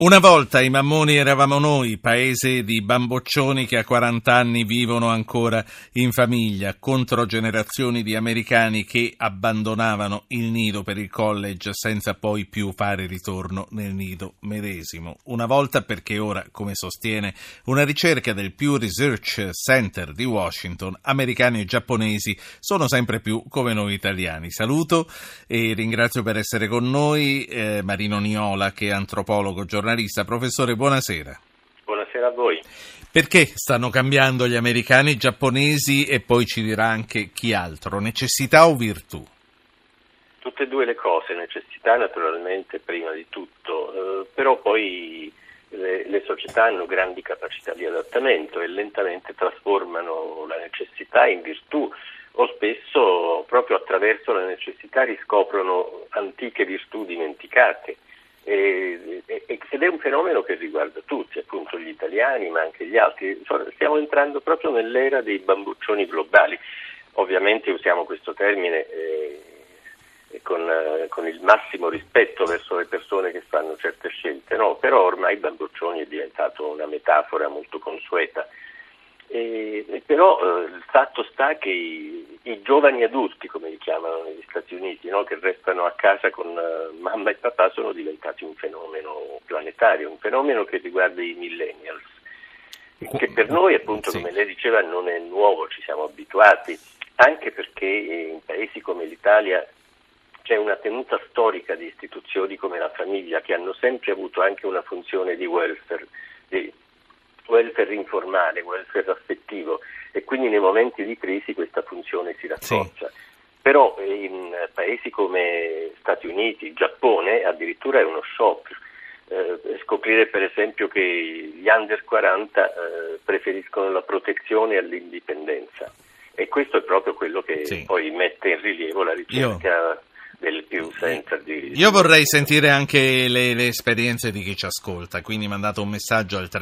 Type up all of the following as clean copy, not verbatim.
Una volta i Mammoni eravamo noi, paese di bamboccioni che a 40 anni vivono ancora in famiglia, contro generazioni di americani che abbandonavano il nido per il college senza poi più fare ritorno nel nido medesimo. Una volta perché ora, come sostiene una ricerca del Pew Research Center di Washington, americani e giapponesi sono sempre più come noi italiani. Saluto e ringrazio per essere con noi Marino Niola, che è antropologo giornalista. Professore, buonasera. Buonasera a voi. Perché stanno cambiando gli americani, i giapponesi e poi ci dirà anche chi altro? Necessità o virtù? Tutte e due le cose, necessità naturalmente prima di tutto, però poi le società hanno grandi capacità di adattamento e lentamente trasformano la necessità in virtù o spesso proprio attraverso la necessità riscoprono antiche virtù dimenticate. Ed è un fenomeno che riguarda tutti, appunto gli italiani ma anche gli altri. Stiamo entrando proprio nell'era dei bamboccioni globali. Ovviamente usiamo questo termine con il massimo rispetto verso le persone che fanno certe scelte, no? Però ormai bamboccioni è diventato una metafora molto consueta. Però il fatto sta che i giovani adulti, come li chiamano negli Stati Uniti, no? Che restano a casa con mamma e papà, sono diventati un fenomeno planetario, un fenomeno che riguarda i millennials, che per noi, appunto, sì, come lei diceva, non è nuovo, ci siamo abituati, anche perché in paesi come l'Italia c'è una tenuta storica di istituzioni come la famiglia che hanno sempre avuto anche una funzione di welfare informale, welfare affettivo, e quindi nei momenti di crisi questa funzione si rafforza. Sì. Però in paesi come Stati Uniti, Giappone, addirittura è uno shock scoprire per esempio che gli under 40 preferiscono la protezione all'indipendenza, e questo è proprio quello che sì, poi mette in rilievo la ricerca del Pew Center di... Io vorrei sentire anche le esperienze di chi ci ascolta, quindi mandate un messaggio al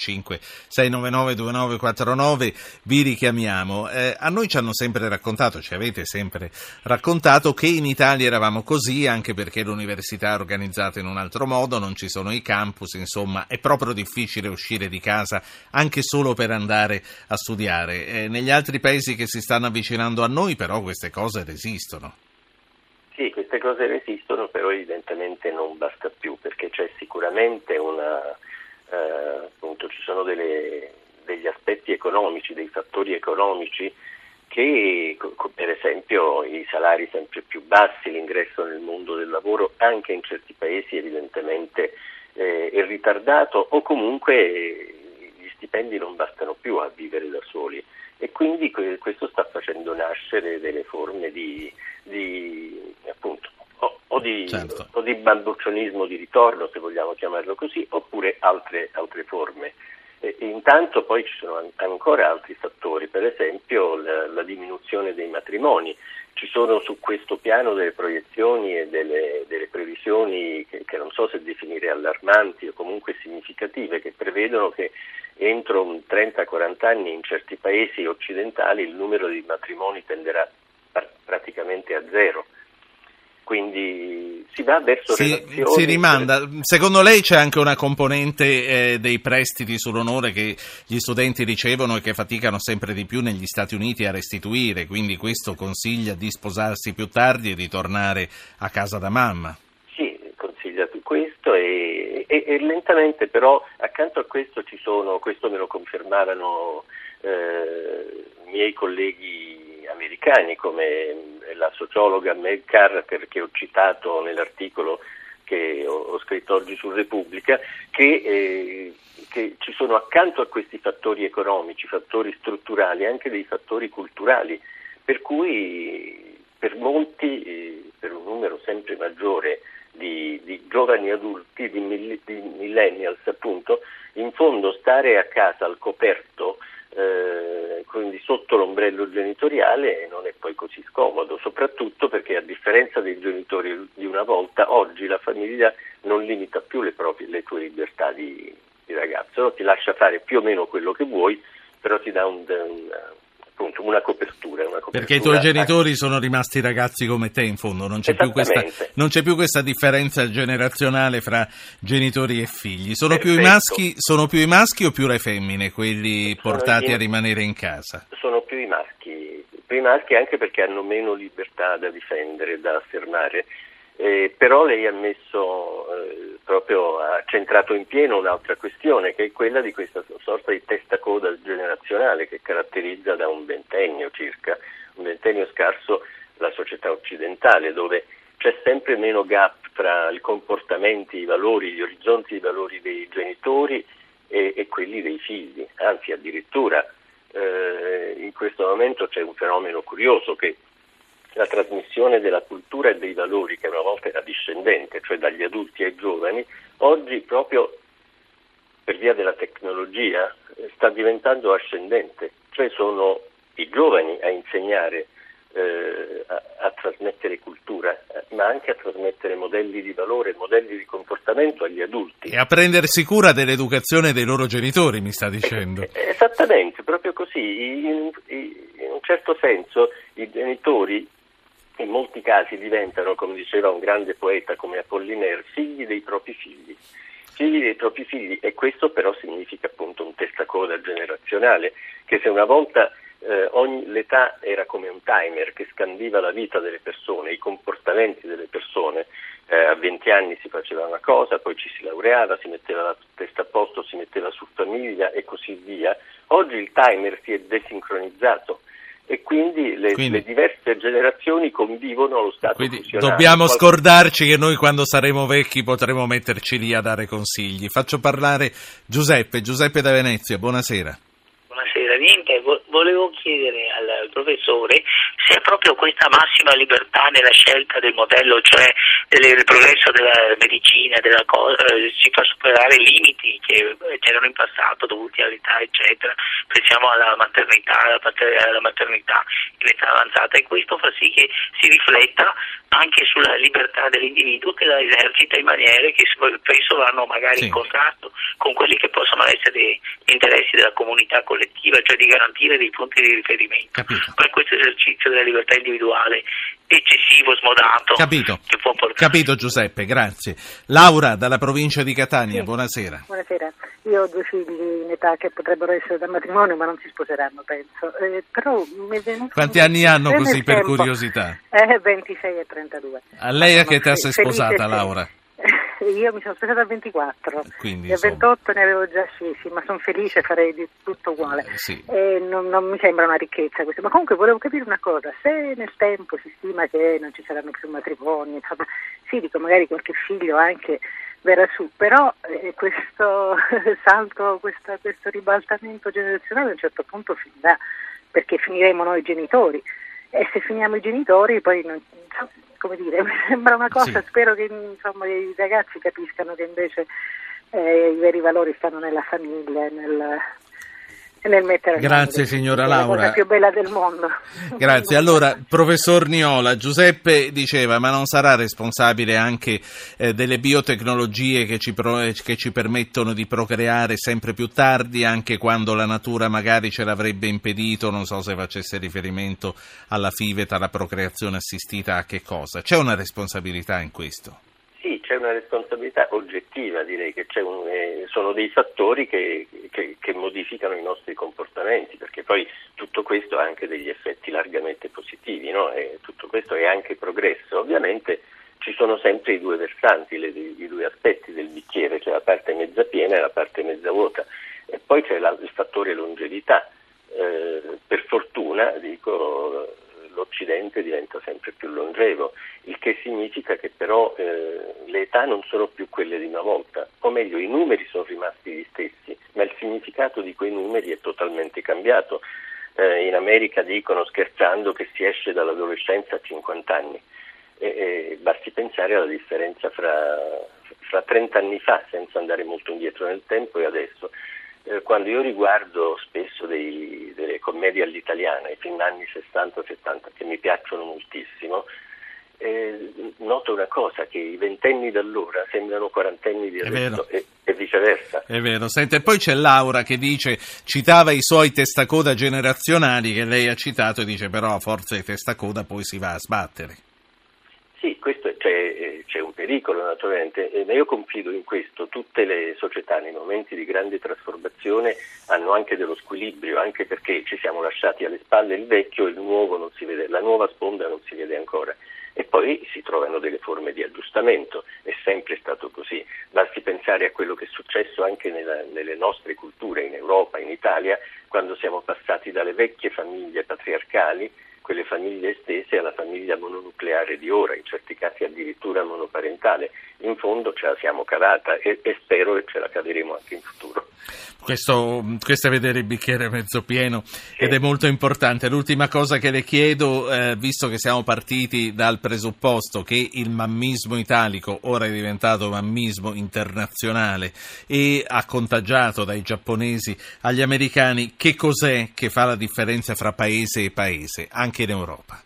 335-699-2949, vi richiamiamo. A noi ci hanno sempre raccontato, ci avete sempre raccontato che in Italia eravamo così, anche perché l'università è organizzata in un altro modo, non ci sono i campus, insomma è proprio difficile uscire di casa anche solo per andare a studiare. Negli altri paesi che si stanno avvicinando a noi però queste cose resistono. Sì, queste cose resistono, però evidentemente non basta più, perché c'è sicuramente appunto ci sono degli aspetti economici, dei fattori economici che, per esempio, i salari sempre più bassi, l'ingresso nel mondo del lavoro anche in certi paesi evidentemente è ritardato, o comunque gli stipendi non bastano più a vivere da soli, e quindi questo sta facendo nascere delle forme di appunto certo, o di bamboccionismo di ritorno, se vogliamo chiamarlo così, oppure altre forme. Intanto poi ci sono ancora altri fattori, per esempio la diminuzione dei matrimoni. Ci sono su questo piano delle proiezioni e delle previsioni che non so se definire allarmanti o comunque significative, che prevedono che entro 30-40 anni in certi paesi occidentali il numero di matrimoni tenderà praticamente a zero. Quindi si va verso relazioni... Si rimanda. Secondo lei c'è anche una componente dei prestiti sull'onore che gli studenti ricevono e che faticano sempre di più negli Stati Uniti a restituire, quindi questo consiglia di sposarsi più tardi e di tornare a casa da mamma? Sì, consiglia questo e lentamente, però accanto a questo ci sono, questo me lo confermavano miei colleghi americani, come la sociologa Meg Carter, che ho citato nell'articolo che ho scritto oggi su Repubblica, che ci sono accanto a questi fattori economici, fattori strutturali, anche dei fattori culturali, per cui per molti, per un numero sempre maggiore di giovani adulti, di millennials appunto, in fondo stare a casa al coperto, quindi sotto l'ombrello genitoriale, non è poi così scomodo, soprattutto perché, a differenza dei genitori di una volta, oggi la famiglia non limita più le tue libertà di ragazzo, no? Ti lascia fare più o meno quello che vuoi, però ti dà appunto una copertura. Perché i tuoi genitori sono rimasti ragazzi come te, in fondo, non c'è più questa differenza generazionale fra genitori e figli. Sono più i maschi o più le femmine, quelli portati a rimanere in casa? Sono più i maschi anche perché hanno meno libertà da difendere, da affermare. Però lei ha ha centrato in pieno un'altra questione, che è quella di questa sorta di testacoda generazionale che caratterizza da un ventennio scarso la società occidentale, dove c'è sempre meno gap tra i comportamenti, i valori, gli orizzonti di valori dei genitori e quelli dei figli, anzi addirittura in questo momento c'è un fenomeno curioso, che la trasmissione della cultura e dei valori, che una volta era discendente, cioè dagli adulti ai giovani, oggi proprio per via della tecnologia sta diventando ascendente, cioè sono i giovani a insegnare, a trasmettere cultura, ma anche a trasmettere modelli di valore, modelli di comportamento agli adulti. E a prendersi cura dell'educazione dei loro genitori, mi sta dicendo. Esattamente, proprio così. In un certo senso i genitori in molti casi diventano, come diceva un grande poeta come Apollinaire, figli dei propri figli, e questo però significa appunto un testacoda generazionale, che se una volta l'età era come un timer che scandiva la vita delle persone, i comportamenti delle persone, a 20 anni si faceva una cosa, poi ci si laureava, si metteva la testa a posto, si metteva su famiglia e così via. Oggi il timer si è desincronizzato e quindi le diverse generazioni convivono allo stato funzionale. Dobbiamo scordarci che noi quando saremo vecchi potremo metterci lì a dare consigli. Faccio parlare Giuseppe da Venezia, buonasera. Buonasera, niente, volevo chiedere al professore se è proprio questa massima libertà nella scelta del modello, cioè il progresso della medicina, si fa superare i limiti che c'erano in passato dovuti all'età, eccetera. Pensiamo alla maternità in età avanzata, e questo fa sì che si rifletta anche sulla libertà dell'individuo, che la esercita in maniere che spesso vanno magari in contrasto con quelli che possono essere gli interessi della comunità collettiva, cioè di garantire dei punti di riferimento. Per questo esercizio della libertà individuale eccessivo, smodato, che può portare. Capito Giuseppe, grazie. Laura dalla provincia di Catania, buonasera. Buonasera. Io ho 2 figli in età che potrebbero essere da matrimonio, ma non si sposeranno, penso. Però mi è venuto. Quanti anni hanno così per curiosità? 26 e 32. A lei a che età si è sposata, Laura? Io mi sono sposata a 24, quindi, e a 28 ne avevo già 6, ma sono felice, farei di tutto uguale. Non mi sembra una ricchezza questo, ma comunque volevo capire una cosa: se nel tempo si stima che non ci saranno più matrimoni, insomma, sì, dico, magari qualche figlio anche verrà su, però questo salto, questo ribaltamento generazionale a un certo punto finirà, perché finiremo noi genitori, e se finiamo i genitori poi non, come dire, mi sembra una cosa, spero che insomma i ragazzi capiscano che invece i veri valori stanno nella famiglia, nel mettere Grazie signora Laura, la cosa più bella del mondo. Grazie. Allora, professor Niola, Giuseppe diceva: ma non sarà responsabile anche delle biotecnologie che ci permettono di procreare sempre più tardi, anche quando la natura magari ce l'avrebbe impedito? Non so se facesse riferimento alla FIVET, alla procreazione assistita, a che cosa? C'è una responsabilità in questo? Sì, c'è una responsabilità oggettiva, direi che sono dei fattori che modificano i nostri comportamenti, perché poi tutto questo ha anche degli effetti largamente positivi, no? E tutto questo è anche progresso. Ovviamente ci sono sempre i 2 versanti, i 2 aspetti del bicchiere, cioè la parte mezza piena e la parte mezza vuota, e poi c'è il fattore longevità. Per fortuna, dico, l'Occidente diventa sempre più longevo, il che significa che però le età non sono più quelle di una volta, o meglio, i numeri sono rimasti gli stessi, ma il significato di quei numeri è totalmente cambiato. In America dicono, scherzando, che si esce dall'adolescenza a 50 anni, e basti pensare alla differenza fra 30 anni fa, senza andare molto indietro nel tempo, e adesso. Quando io riguardo spesso delle commedie all'italiana, i film anni 60-70, che mi piacciono moltissimo, noto una cosa, che i ventenni d'allora sembrano quarantenni di adesso e viceversa. È vero. Sente, poi c'è Laura che citava i suoi testacoda generazionali che lei ha citato e dice però a forza di testacoda poi si va a sbattere. Sì, c'è un pericolo naturalmente, ma io confido in questo. Tutte le società nei momenti di grande trasformazione hanno anche dello squilibrio, anche perché ci siamo lasciati alle spalle il vecchio e il nuovo non si vede, la nuova sponda non si vede ancora. E poi si trovano delle forme di aggiustamento, è sempre stato così. Basti pensare a quello che è successo anche nelle nostre culture, in Europa, in Italia, quando siamo passati dalle vecchie famiglie patriarcali, quelle famiglie estese, alla famiglia mononucleare di ora, in certi casi addirittura monoparentale. In fondo ce la siamo cavata e spero che ce la caveremo anche in futuro. Questo è vedere il bicchiere mezzo pieno ed è molto importante. L'ultima cosa che le chiedo, visto che siamo partiti dal presupposto che il mammismo italico ora è diventato mammismo internazionale e ha contagiato dai giapponesi agli americani, che cos'è che fa la differenza fra paese e paese, anche in Europa?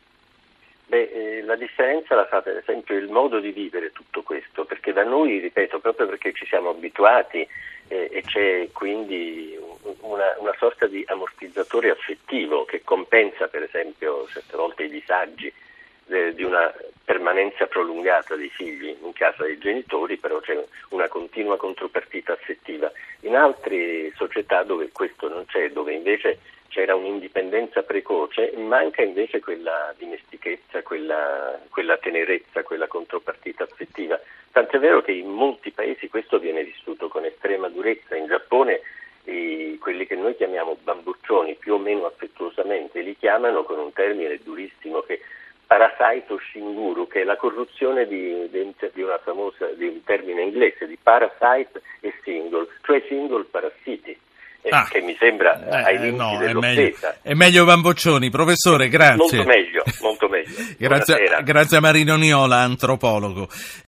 La differenza la fa per esempio il modo di vivere tutto questo, perché da noi, ripeto, proprio perché ci siamo abituati e c'è quindi una sorta di ammortizzatore affettivo che compensa per esempio certe volte i disagi di una permanenza prolungata dei figli in casa dei genitori, però c'è una continua contropartita affettiva. In altre società dove questo non c'è, dove invece c'era un'indipendenza precoce, manca invece quella dimestichezza, quella tenerezza, quella contropartita affettiva. Tant'è vero che in molti paesi questo viene vissuto con estrema durezza. In Giappone quelli che noi chiamiamo bamboccioni, più o meno affettuosamente, li chiamano con un termine durissimo che parasaito shinguru, che è la corruzione di un termine inglese, di parasite e single, cioè single parassiti. Che mi sembra ai limiti dell'offesa. È meglio bamboccioni, professore, grazie. Molto meglio. Grazie a Marino Niola, antropologo.